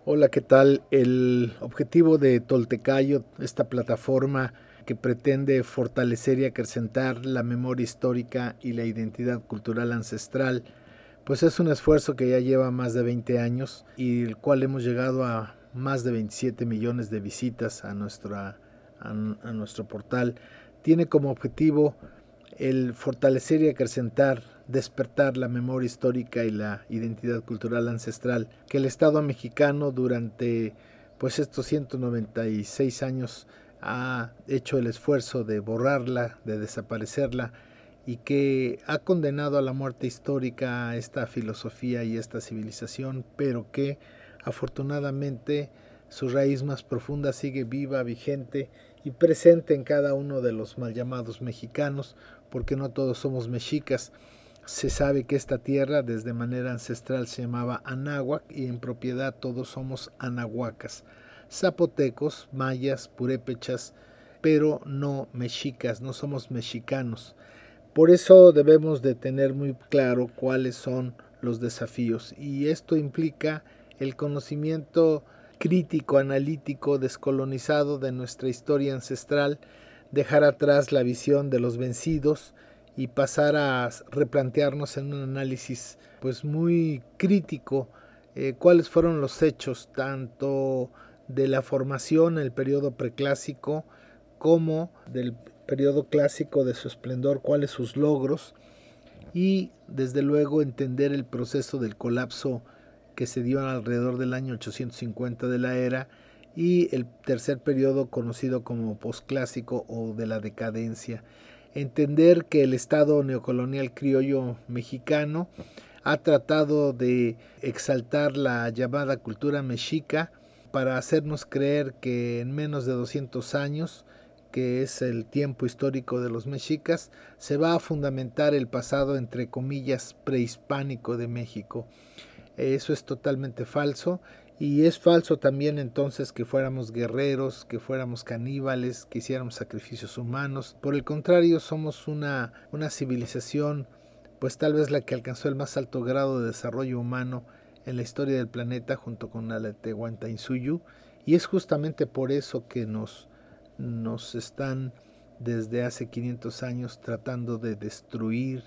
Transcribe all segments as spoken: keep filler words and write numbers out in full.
Hola, ¿qué tal? El objetivo de Toltecayo, esta plataforma que pretende fortalecer y acrecentar la memoria histórica y la identidad cultural ancestral, pues es un esfuerzo que ya lleva más de veinte años y el cual hemos llegado a más de veintisiete millones de visitas a, nuestra, a, a nuestro portal. Tiene como objetivo el fortalecer y acrecentar, despertar la memoria histórica y la identidad cultural ancestral que el Estado mexicano durante pues estos ciento noventa y seis años ha hecho el esfuerzo de borrarla, de desaparecerla y que ha condenado a la muerte histórica a esta filosofía y esta civilización, pero que afortunadamente su raíz más profunda sigue viva, vigente y presente en cada uno de los mal llamados mexicanos, porque no todos somos mexicas. Se sabe que esta tierra desde manera ancestral se llamaba Anáhuac y en propiedad todos somos anahuacas, zapotecos, mayas, purépechas, pero no mexicas, no somos mexicanos. Por eso debemos de tener muy claro cuáles son los desafíos y esto implica el conocimiento crítico, analítico, descolonizado de nuestra historia ancestral, dejar atrás la visión de los vencidos y pasar a replantearnos en un análisis pues muy crítico eh, cuáles fueron los hechos tanto de la formación en el periodo preclásico como del periodo clásico de su esplendor, cuáles sus logros y desde luego entender el proceso del colapso que se dio alrededor del año ochocientos cincuenta de la era y el tercer periodo conocido como posclásico o de la decadencia. Entender que el Estado neocolonial criollo mexicano ha tratado de exaltar la llamada cultura mexica para hacernos creer que en menos de doscientos años, que es el tiempo histórico de los mexicas, se va a fundamentar el pasado entre comillas prehispánico de México. Eso es totalmente falso y es falso también entonces que fuéramos guerreros, que fuéramos caníbales, que hiciéramos sacrificios humanos. Por el contrario, somos una, una civilización, pues tal vez la que alcanzó el más alto grado de desarrollo humano en la historia del planeta junto con la de Tehuantainsuyu, y es justamente por eso que nos, nos están desde hace quinientos años tratando de destruir,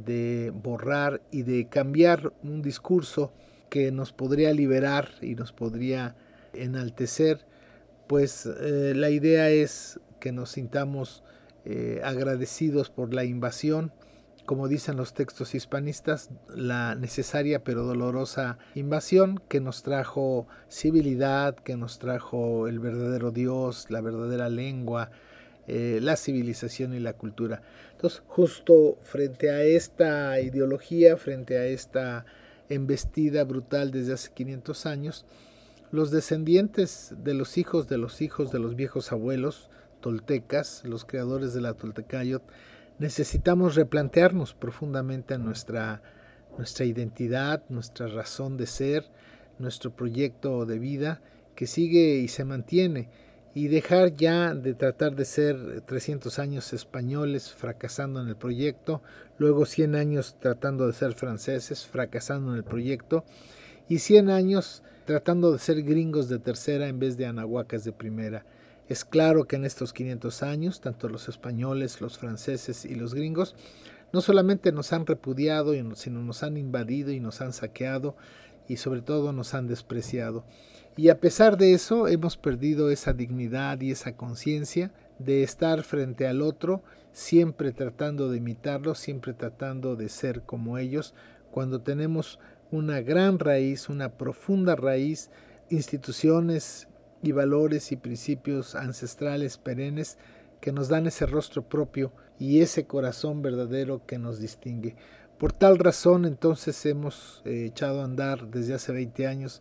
de borrar y de cambiar un discurso que nos podría liberar y nos podría enaltecer, pues eh, la idea es que nos sintamos eh, agradecidos por la invasión, como dicen los textos hispanistas, la necesaria pero dolorosa invasión que nos trajo civilidad, que nos trajo el verdadero Dios, la verdadera lengua, eh, la civilización y la cultura. Entonces, justo frente a esta ideología, frente a esta embestida brutal desde hace quinientos años, los descendientes de los hijos de los hijos de los viejos abuelos toltecas, los creadores de la Toltecayot, necesitamos replantearnos profundamente nuestra, nuestra identidad, nuestra razón de ser, nuestro proyecto de vida que sigue y se mantiene, y dejar ya de tratar de ser trescientos años españoles fracasando en el proyecto, luego cien años tratando de ser franceses fracasando en el proyecto y cien años tratando de ser gringos de tercera en vez de anahuacas de primera. Es claro que en estos quinientos años, tanto los españoles, los franceses y los gringos no solamente nos han repudiado, sino nos han invadido y nos han saqueado y sobre todo nos han despreciado. Y a pesar de eso hemos perdido esa dignidad y esa conciencia de estar frente al otro, siempre tratando de imitarlo, siempre tratando de ser como ellos, cuando tenemos una gran raíz, una profunda raíz, instituciones y valores y principios ancestrales perennes que nos dan ese rostro propio y ese corazón verdadero que nos distingue. Por tal razón entonces hemos eh, echado a andar desde hace veinte años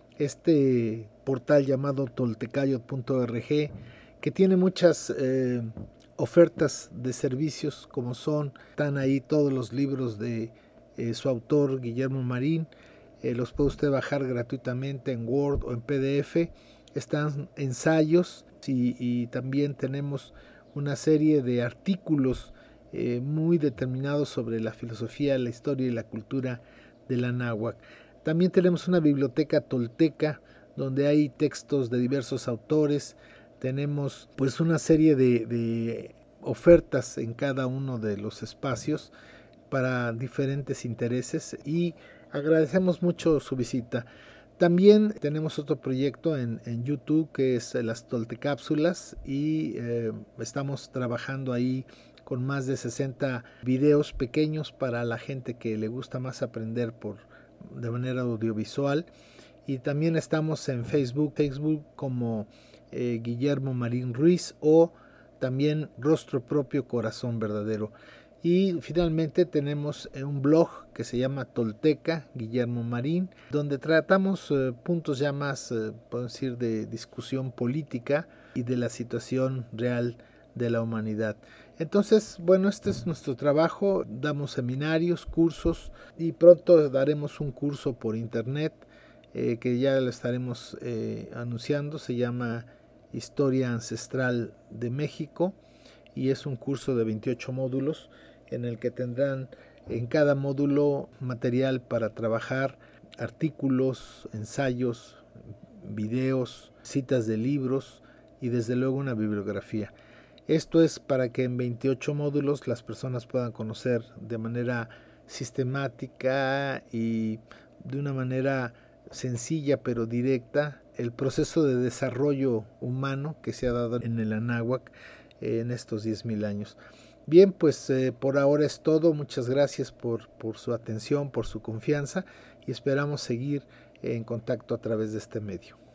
este portal llamado toltecayot punto org, que tiene muchas eh, ofertas de servicios, como son, están ahí todos los libros de eh, su autor Guillermo Marín, eh, los puede usted bajar gratuitamente en Word o en P D F, están ensayos y, y también tenemos una serie de artículos eh, muy determinados sobre la filosofía, la historia y la cultura de la náhuatl. También tenemos una biblioteca tolteca donde hay textos de diversos autores. Tenemos pues una serie de, de ofertas en cada uno de los espacios para diferentes intereses y agradecemos mucho su visita. También tenemos otro proyecto en, en YouTube que es las Toltecápsulas y eh, estamos trabajando ahí con más de sesenta videos pequeños para la gente que le gusta más aprender por, de manera audiovisual. Y también estamos en Facebook, Facebook como eh, Guillermo Marín Ruiz o también Rostro Propio, Corazón Verdadero. Y finalmente tenemos un blog que se llama Tolteca, Guillermo Marín, donde tratamos eh, puntos ya más, eh, podemos decir, de discusión política y de la situación real de la humanidad. Entonces, bueno, este es nuestro trabajo, damos seminarios, cursos y pronto daremos un curso por internet eh, que ya lo estaremos eh, anunciando, se llama Historia Ancestral de México y es un curso de veintiocho módulos en el que tendrán en cada módulo material para trabajar, artículos, ensayos, videos, citas de libros y desde luego una bibliografía. Esto es para que en veintiocho módulos las personas puedan conocer de manera sistemática y de una manera sencilla pero directa el proceso de desarrollo humano que se ha dado en el Anáhuac eh, en estos diez mil años. Bien, pues eh, por ahora es todo. Muchas gracias por, por su atención, por su confianza y esperamos seguir en contacto a través de este medio.